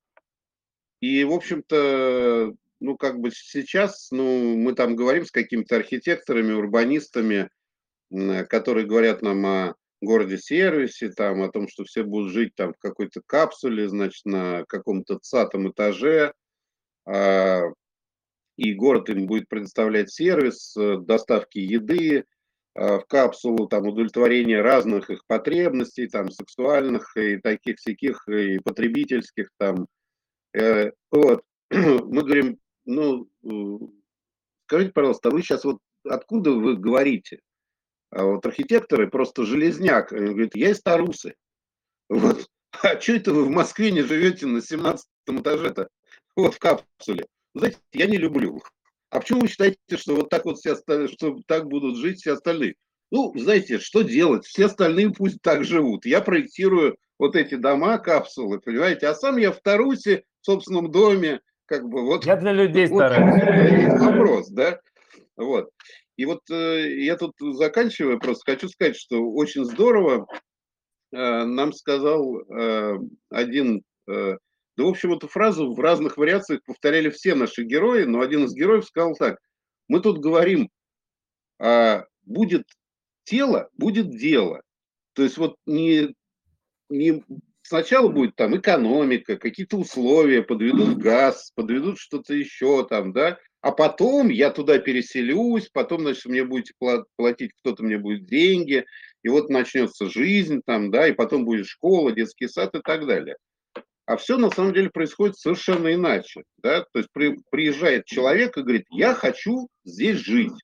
и, в общем-то, ну, как бы сейчас, ну, мы там говорим с какими-то архитекторами, урбанистами, м, которые говорят нам о городе-сервисе, там, о том, что все будут жить там в какой-то капсуле, значит, на каком-то цатом этаже, а, и город им будет предоставлять сервис э, доставки еды а, в капсулу, там, удовлетворение разных их потребностей, там, сексуальных и таких-сяких, и потребительских, там, Э, вот. Мы говорим, ну, э, скажите, пожалуйста, а вы сейчас вот откуда вы говорите? А вот архитекторы просто железняк. Они говорят, я из Тарусы. Вот. А что это вы в Москве не живете на семнадцатом этаже-то? Вот в капсуле. Знаете, я не люблю. А почему вы считаете, что вот так вот все остальные, что так будут жить все остальные? Ну, знаете, что делать? Все остальные пусть так живут. Я проектирую вот эти дома, капсулы, понимаете? А сам я в Тарусе, в собственном доме, как бы вот, Я для людей вот стараюсь. вопрос, да? Вот. И вот э, я тут заканчиваю, просто хочу сказать, что очень здорово э, нам сказал э, один, э, да, в общем, эту фразу в разных вариациях повторяли все наши герои, но один из героев сказал так: мы тут говорим, а, будет тело, будет дело. То есть вот не, не сначала будет там экономика, какие-то условия, подведут газ, подведут что-то еще там, да, а потом я туда переселюсь, потом, значит, мне будете платить, кто-то мне будет деньги, и вот начнется жизнь там, да, и потом будет школа, детский сад и так далее. А все на самом деле происходит совершенно иначе, да, то есть при, приезжает человек и говорит, я хочу здесь жить.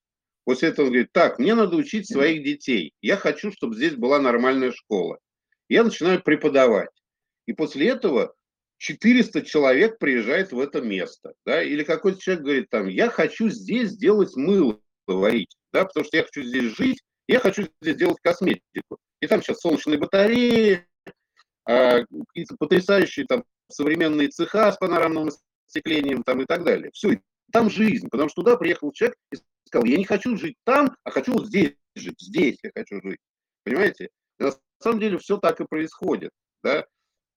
После этого он говорит, так, мне надо учить своих детей. Я хочу, чтобы здесь была нормальная школа. Я начинаю преподавать. И после этого четыреста человек приезжает в это место. Да? Или какой-то человек говорит, там, я хочу здесь сделать мыло варить, да, потому что я хочу здесь жить, я хочу здесь делать косметику. И там сейчас солнечные батареи, какие-то потрясающие там современные цеха с панорамным остеклением там, и так далее. Все, там жизнь, потому что туда приехал человек и сказал, я не хочу жить там, а хочу вот здесь жить, здесь я хочу жить. Понимаете? И на самом деле все так и происходит. Да?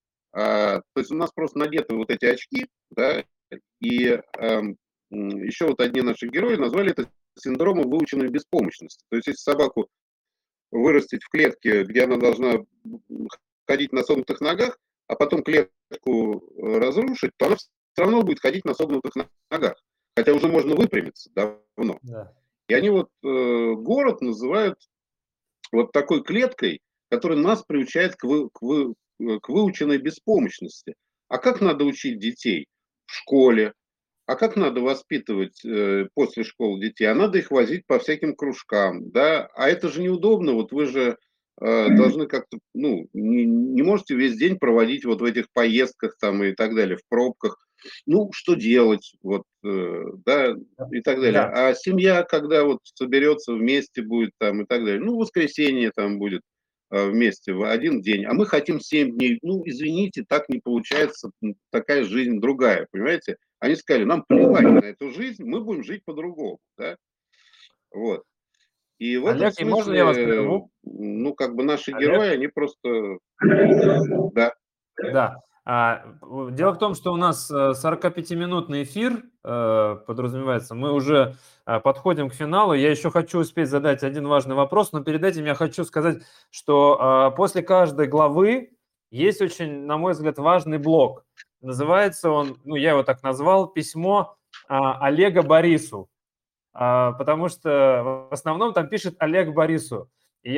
А, то есть у нас просто надеты вот эти очки, да, и а, еще вот одни наши герои назвали это синдромом выученной беспомощности. То есть если собаку вырастить в клетке, где она должна ходить на согнутых ногах, а потом клетку разрушить, то она все равно будет ходить на согнутых ногах. Хотя уже можно выпрямиться давно. Да. И они вот э, город называют вот такой клеткой, которая нас приучает к, вы, к, вы, к выученной беспомощности. А как надо учить детей? В школе. А как надо воспитывать э, после школы детей? А надо их возить по всяким кружкам. Да? А это же неудобно. Вот вы же э, должны как-то, ну, не, не можете весь день проводить вот в этих поездках там и так далее, в пробках. Ну, что делать? Вот, э, да, и так далее. Да. А семья, когда вот соберется вместе будет там и так далее. Ну, воскресенье там будет э, вместе в один день. А мы хотим семь дней. Ну, извините, так не получается. Такая жизнь другая, понимаете? Они сказали, нам плевать на эту жизнь, мы будем жить по-другому, да, вот. И в Олег, этом смысле, можно я вас прерву? Ну, как бы наши Олег? герои, они просто, да. Да. А, дело в том, что у нас сорокапятиминутный эфир э, подразумевается. Мы уже э, подходим к финалу. Я еще хочу успеть задать один важный вопрос, но перед этим я хочу сказать, что э, после каждой главы есть очень, на мой взгляд, важный блок. Называется он, ну, я его так назвал, «Письмо а, Олега Борису», а, потому что в основном там пишет Олег Борису. И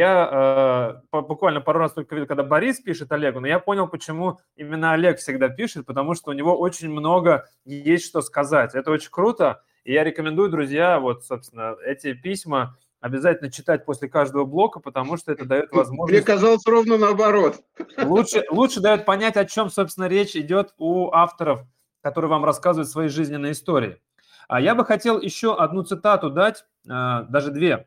я э, буквально пару раз только видел, когда Борис пишет Олегу, но я понял, почему именно Олег всегда пишет, потому что у него очень много есть что сказать. Это очень круто, и я рекомендую, друзья, вот, собственно, эти письма обязательно читать после каждого блока, потому что это дает возможность... Мне казалось ровно наоборот. Лучше, лучше дает понять, о чем, собственно, речь идет у авторов, которые вам рассказывают свои жизненные истории. А я бы хотел еще одну цитату дать, даже две.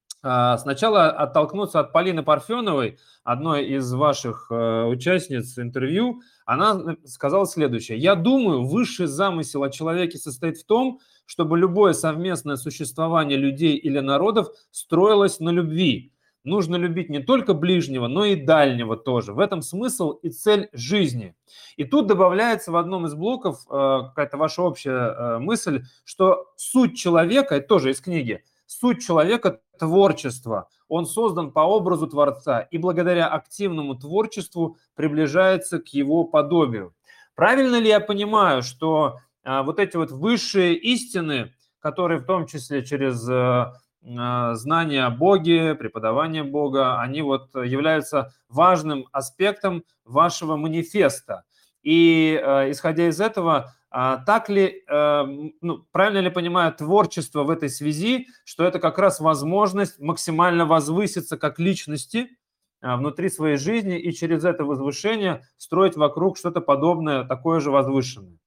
Сначала оттолкнуться от Полины Парфеновой, одной из ваших участниц интервью. Она сказала следующее. «Я думаю, высший замысел о человеке состоит в том, чтобы любое совместное существование людей или народов строилось на любви. Нужно любить не только ближнего, но и дальнего тоже. В этом смысл и цель жизни». И тут добавляется в одном из блоков э, какая-то ваша общая э, мысль, что суть человека, это тоже из книги, суть человека – творчество. Он создан по образу Творца и благодаря активному творчеству приближается к его подобию. Правильно ли я понимаю, что э, вот эти вот высшие истины, которые в том числе через... Э, знания о Боге, преподавание Бога, они вот являются важным аспектом вашего манифеста. И э, исходя из этого, э, так ли, э, ну, правильно ли понимаю, творчество в этой связи, что это как раз возможность максимально возвыситься как личности э, внутри своей жизни и через это возвышение строить вокруг что-то подобное, такое же возвышенное?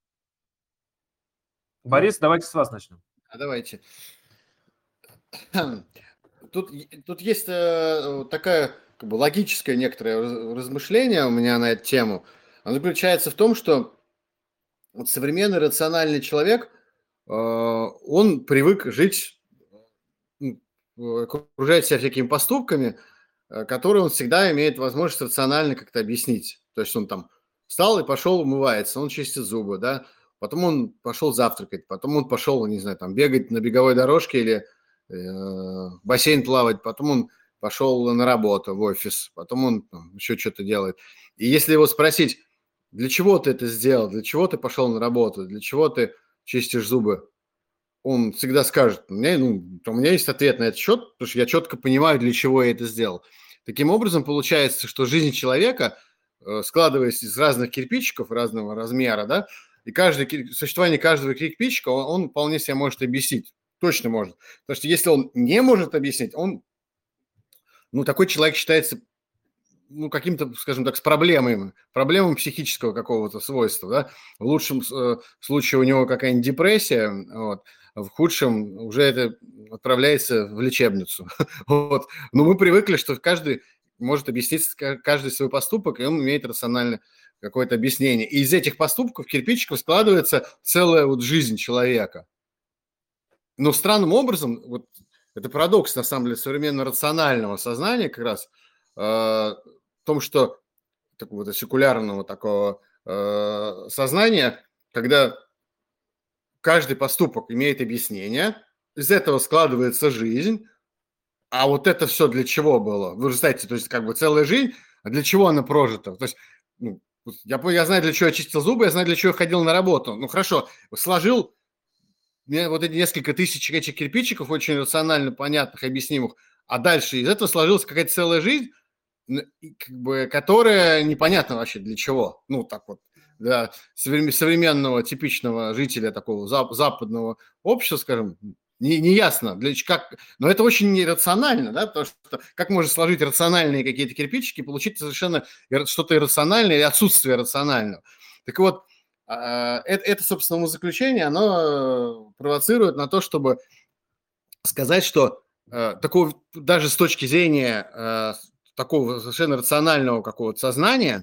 Борис, давайте с вас начнем. А давайте. Тут, тут есть э, такая как бы, логическое некоторое размышление у меня на эту тему. Оно заключается в том, что вот современный рациональный человек, э, он привык жить, окружать себя всякими поступками, э, которые он всегда имеет возможность рационально как-то объяснить. То есть он там встал и пошел умывается, он чистит зубы, да, потом он пошел завтракать, потом он пошел, не знаю, там бегать на беговой дорожке или бассейн плавать, потом он пошел на работу, в офис, потом он там, еще что-то делает. И если его спросить, для чего ты это сделал, для чего ты пошел на работу, для чего ты чистишь зубы, он всегда скажет, у меня, ну, у меня есть ответ на этот счет, потому что я четко понимаю, для чего я это сделал. Таким образом, получается, что жизнь человека, складываясь из разных кирпичиков разного размера, да, и каждый, существование каждого кирпичика, он, он вполне себе может объяснить. точно может. Потому что если он не может объяснить, он, ну, такой человек считается, ну, каким-то, скажем так, с проблемами, проблемами психического какого-то свойства, да. В лучшем э, случае у него какая-нибудь депрессия, вот, в худшем уже это отправляется в лечебницу. Вот. Но мы привыкли, что каждый может объяснить каждый свой поступок, и он имеет рациональное какое-то объяснение. И из этих поступков, кирпичиков, складывается целая вот жизнь человека. Но странным образом, вот это парадокс, на самом деле, современно рационального сознания как раз, э, в том, что такого секулярного такого э, сознания, когда каждый поступок имеет объяснение, из этого складывается жизнь, а вот это все для чего было? Вы же знаете, то есть как бы целая жизнь, а для чего она прожита? То есть, ну, я, я знаю, для чего я чистил зубы, я знаю, для чего я ходил на работу. Ну, хорошо, сложил вот эти несколько тысяч этих кирпичиков, очень рационально понятных, объяснимых, а дальше из этого сложилась какая-то целая жизнь, как бы, которая непонятно вообще для чего. Ну, так вот, для современного типичного жителя такого западного общества, скажем, не, не ясно, для, как, но это очень нерационально, да, потому что как можно сложить рациональные какие-то кирпичики и получить совершенно что-то иррациональное или отсутствие рационального. Так вот, это, это, собственно, умозаключение, оно провоцирует на то, чтобы сказать, что такого, даже с точки зрения такого совершенно рационального какого-то сознания,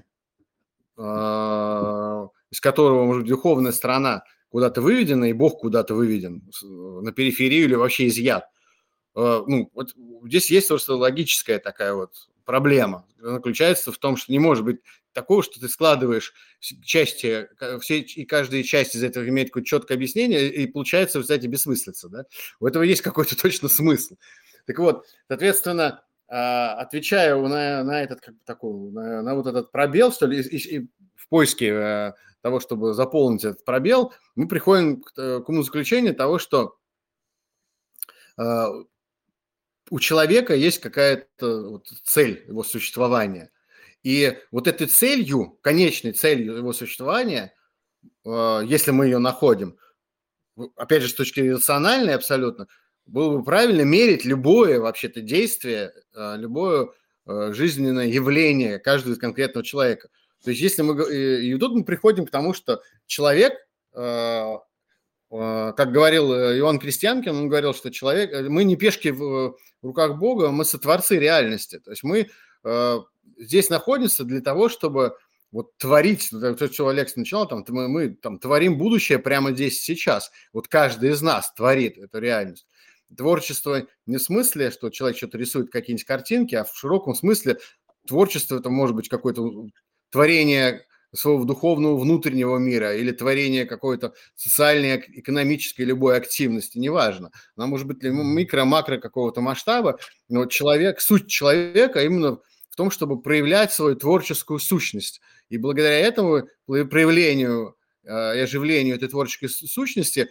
из которого, может быть, духовная сторона куда-то выведена, и Бог куда-то выведен, на периферию или вообще изъят. Ну, вот здесь есть просто логическая такая вот проблема. Она заключается в том, что не может быть такого, что ты складываешь части, все, и каждая часть из этого имеет какое-то четкое объяснение, и получается, кстати, бессмыслица. Да? У этого есть какой-то точно смысл. Так вот, соответственно, отвечая на, на этот как бы такой, на, на вот этот пробел, что ли, и, и в поиске того, чтобы заполнить этот пробел, мы приходим к такому заключению того, что у человека есть какая-то вот цель его существования. И вот этой целью, конечной целью его существования, если мы ее находим, опять же, с точки зрения рациональной абсолютно, было бы правильно мерить любое вообще-то действие, любое жизненное явление каждого конкретного человека. То есть если мы... И тут мы приходим к тому, что человек, как говорил Иоанн Крестьянкин, он говорил, что человек... Мы не пешки в руках Бога, мы сотворцы реальности. То есть мы здесь находимся для того, чтобы вот творить, то, что Алекс начинал, там, мы, мы там творим будущее прямо здесь, сейчас. Вот каждый из нас творит эту реальность. Творчество не в смысле, что человек что-то рисует, какие-нибудь картинки, а в широком смысле творчество – это может быть какое-то творение своего духовного внутреннего мира или творение какой-то социальной, экономической, любой активности, неважно. Она может быть микро-макро какого-то масштаба, но человек, суть человека именно в том, чтобы проявлять свою творческую сущность. И благодаря этому проявлению и оживлению этой творческой сущности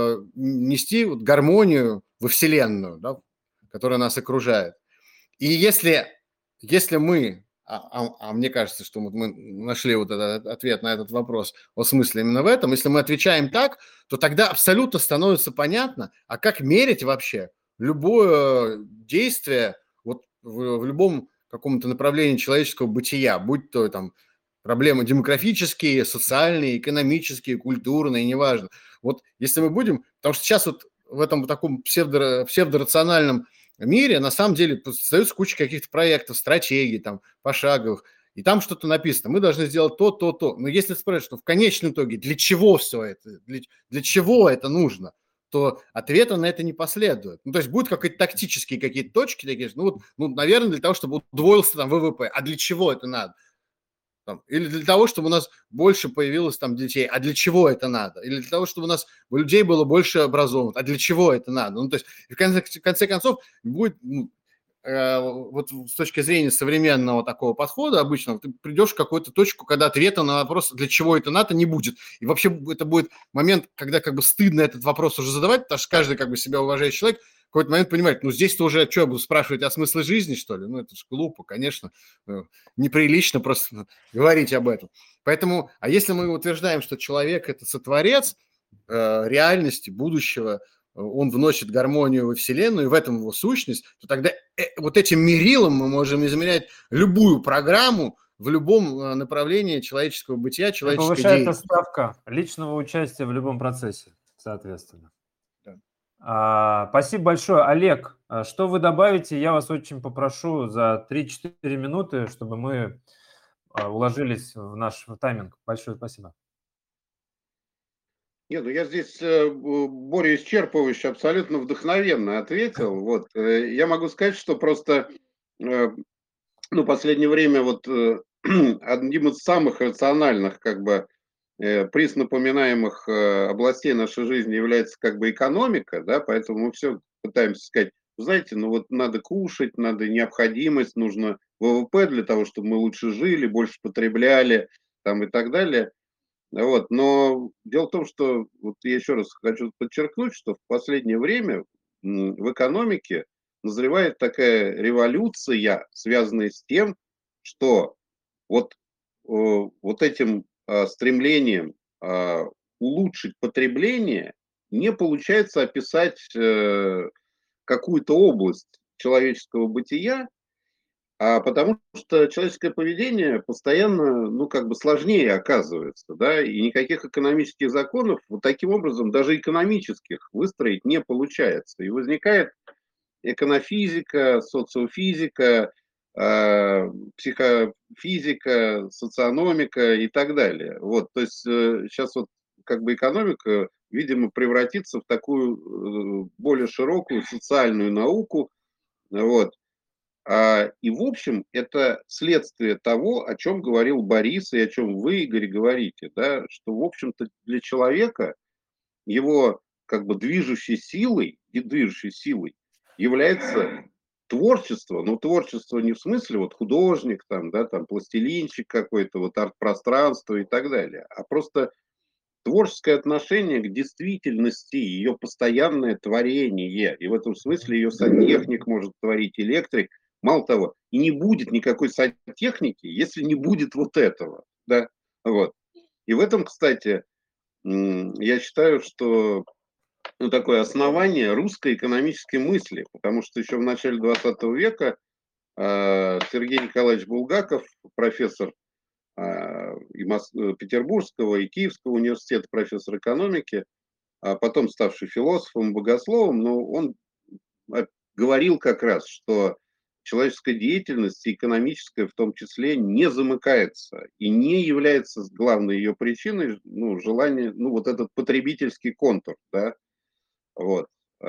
нести вот гармонию во Вселенную, да, которая нас окружает. И если, если мы, а, а, а мне кажется, что вот мы нашли вот этот ответ на этот вопрос о смысле именно в этом, если мы отвечаем так, то тогда абсолютно становится понятно, а как мерить вообще любое действие вот в, в любом каком-то направлении человеческого бытия, будь то там проблемы демографические, социальные, экономические, культурные, неважно. Вот если мы будем... Потому что сейчас вот в этом таком псевдо, псевдорациональном мире на самом деле создается куча каких-то проектов, стратегий, там, пошаговых, и там что-то написано. Мы должны сделать то, то, то. Но если спрашивать, что в конечном итоге для чего все это, для, для чего это нужно, то ответа на это не последует. Ну, то есть будут какие-то тактические какие-то точки такие, ну, вот, ну, наверное, для того, чтобы удвоился там вэ вэ пэ. А для чего это надо? Там, или для того, чтобы у нас больше появилось там детей, а для чего это надо? Или для того, чтобы у нас у людей было больше образованных, а для чего это надо? Ну, то есть, в конце, в конце концов, будет, ну, э, вот с точки зрения современного такого подхода обычного, ты придешь в какую-то точку, когда ответа на вопрос, для чего это надо, не будет. И вообще это будет момент, когда как бы стыдно этот вопрос уже задавать, потому что каждый как бы себя уважающий человек в какой-то момент понимает, ну, здесь-то уже, что я буду спрашивать о смысле жизни, что ли? Ну, это же глупо, конечно, неприлично просто говорить об этом. Поэтому, а если мы утверждаем, что человек – это сотворец э, реальности, будущего, он вносит гармонию во Вселенную, и в этом его сущность, то тогда вот этим мерилом мы можем измерять любую программу в любом направлении человеческого бытия, человеческой Повышается деятельности. ставка личного участия в любом процессе, соответственно. Да. А, спасибо большое. Олег, что вы добавите? Я вас очень попрошу за три-четыре минуты, чтобы мы уложились в наш тайминг. Большое спасибо. Нет, ну я здесь более исчерпывающе, абсолютно вдохновенно ответил. Вот. Я могу сказать, что просто ну, в последнее время вот одним из самых рациональных, как бы, приз напоминаемых областей нашей жизни является как бы экономика, да, поэтому мы все пытаемся сказать, знаете, ну вот надо кушать, надо необходимость, нужно ВВП для того, чтобы мы лучше жили, больше потребляли там и так далее. Вот. Но дело в том, что вот я еще раз хочу подчеркнуть, что в последнее время в экономике назревает такая революция, связанная с тем, что вот, вот этим стремлением улучшить потребление не получается описать какую-то область человеческого бытия, а потому что человеческое поведение постоянно, ну, как бы сложнее оказывается, да, и никаких экономических законов вот таким образом, даже экономических, выстроить не получается. И возникает эконофизика, социофизика, э, психофизика, социономика и так далее. Вот, то есть э, сейчас вот как бы экономика, видимо, превратится в такую э, более широкую социальную науку, вот. И, в общем, это следствие того, о чем говорил Борис и о чем вы, Игорь, говорите, да, что, в общем-то, для человека его как бы движущей силой и движущей силой является творчество, но творчество не в смысле вот художник, там, да, там, пластилинчик какой-то, вот арт-пространство и так далее, а просто творческое отношение к действительности, ее постоянное творение. И в этом смысле ее сантехник может творить, электрик. Мало того, и не будет никакой сантехники, если не будет вот этого. Да? Вот. И в этом, кстати, я считаю, что ну, такое основание русской экономической мысли, потому что еще в начале двадцатого века Сергей Николаевич Булгаков, профессор и Петербургского, и Киевского университета, профессор экономики, а потом ставший философом, богословом, но он говорил как раз, что человеческая деятельность, экономическая в том числе, не замыкается и не является главной ее причиной, ну, желание, ну, вот этот потребительский контур, да, вот,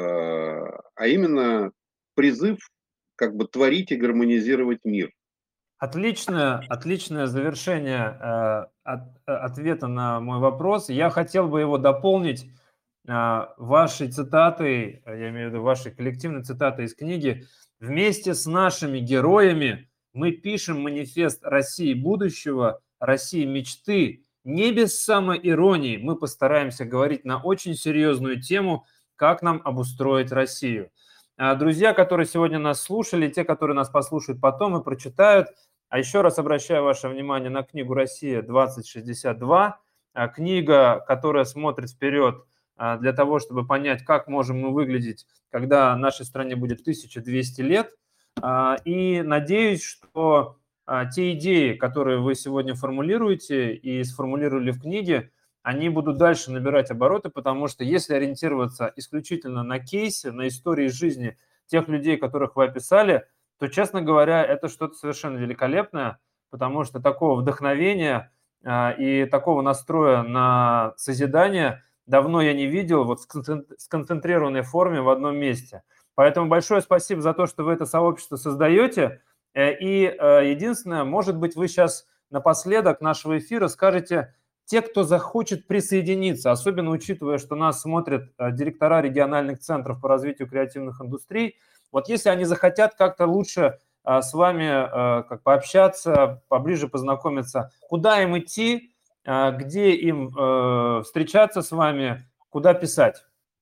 а именно призыв как бы творить и гармонизировать мир. Отличное, отличное завершение э, от, ответа на мой вопрос. Я хотел бы его дополнить э, вашей цитатой, я имею в виду вашей коллективной цитатой из книги. Вместе с нашими героями мы пишем манифест России будущего, России мечты. Не без самоиронии мы постараемся говорить на очень серьезную тему, как нам обустроить Россию. Друзья, которые сегодня нас слушали, те, которые нас послушают потом и прочитают, а еще раз обращаю ваше внимание на книгу «Россия двадцать шестьдесят два», книга, которая смотрит вперед для того, чтобы понять, как можем мы выглядеть, когда нашей стране будет тысяча двести лет. И надеюсь, что те идеи, которые вы сегодня формулируете и сформулировали в книге, они будут дальше набирать обороты, потому что если ориентироваться исключительно на кейсы, на истории жизни тех людей, которых вы описали, то, честно говоря, это что-то совершенно великолепное, потому что такого вдохновения и такого настроя на созидание давно я не видел вот в сконцентрированной форме в одном месте. Поэтому большое спасибо за то, что вы это сообщество создаете. И единственное, может быть, вы сейчас напоследок нашего эфира скажете, те, кто захочет присоединиться, особенно учитывая, что нас смотрят директора региональных центров по развитию креативных индустрий, вот если они захотят как-то лучше с вами как пообщаться, поближе познакомиться, куда им идти, где им встречаться с вами, куда писать?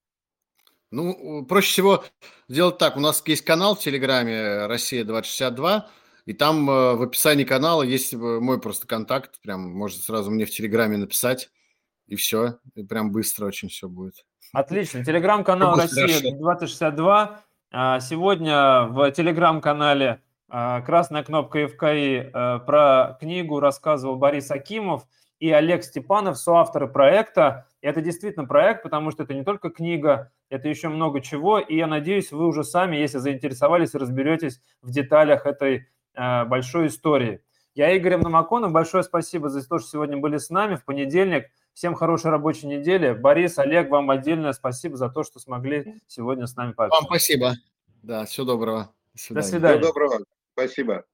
Ну, проще всего сделать так. У нас есть канал в Телеграме «Россия двадцать шестьдесят два», и там в описании канала есть мой просто контакт. Прям можно сразу мне в Телеграме написать, и все. И прям быстро очень все будет. Отлично. Телеграм-канал «Россия двадцать шестьдесят два». Сегодня в телеграм-канале «Красная кнопка эф ка и» про книгу рассказывал Борис Акимов и Олег Степанов, соавторы проекта. И это действительно проект, потому что это не только книга, это еще много чего. И я надеюсь, вы уже сами, если заинтересовались, разберетесь в деталях этой большой истории. Я Игорь Намаконов. Большое спасибо за то, что сегодня были с нами в понедельник. Всем хорошей рабочей недели. Борис, Олег, вам отдельное спасибо за то, что смогли сегодня с нами пообщаться. Вам спасибо. Да, всего доброго. До свидания. До свидания. Всего доброго. Спасибо.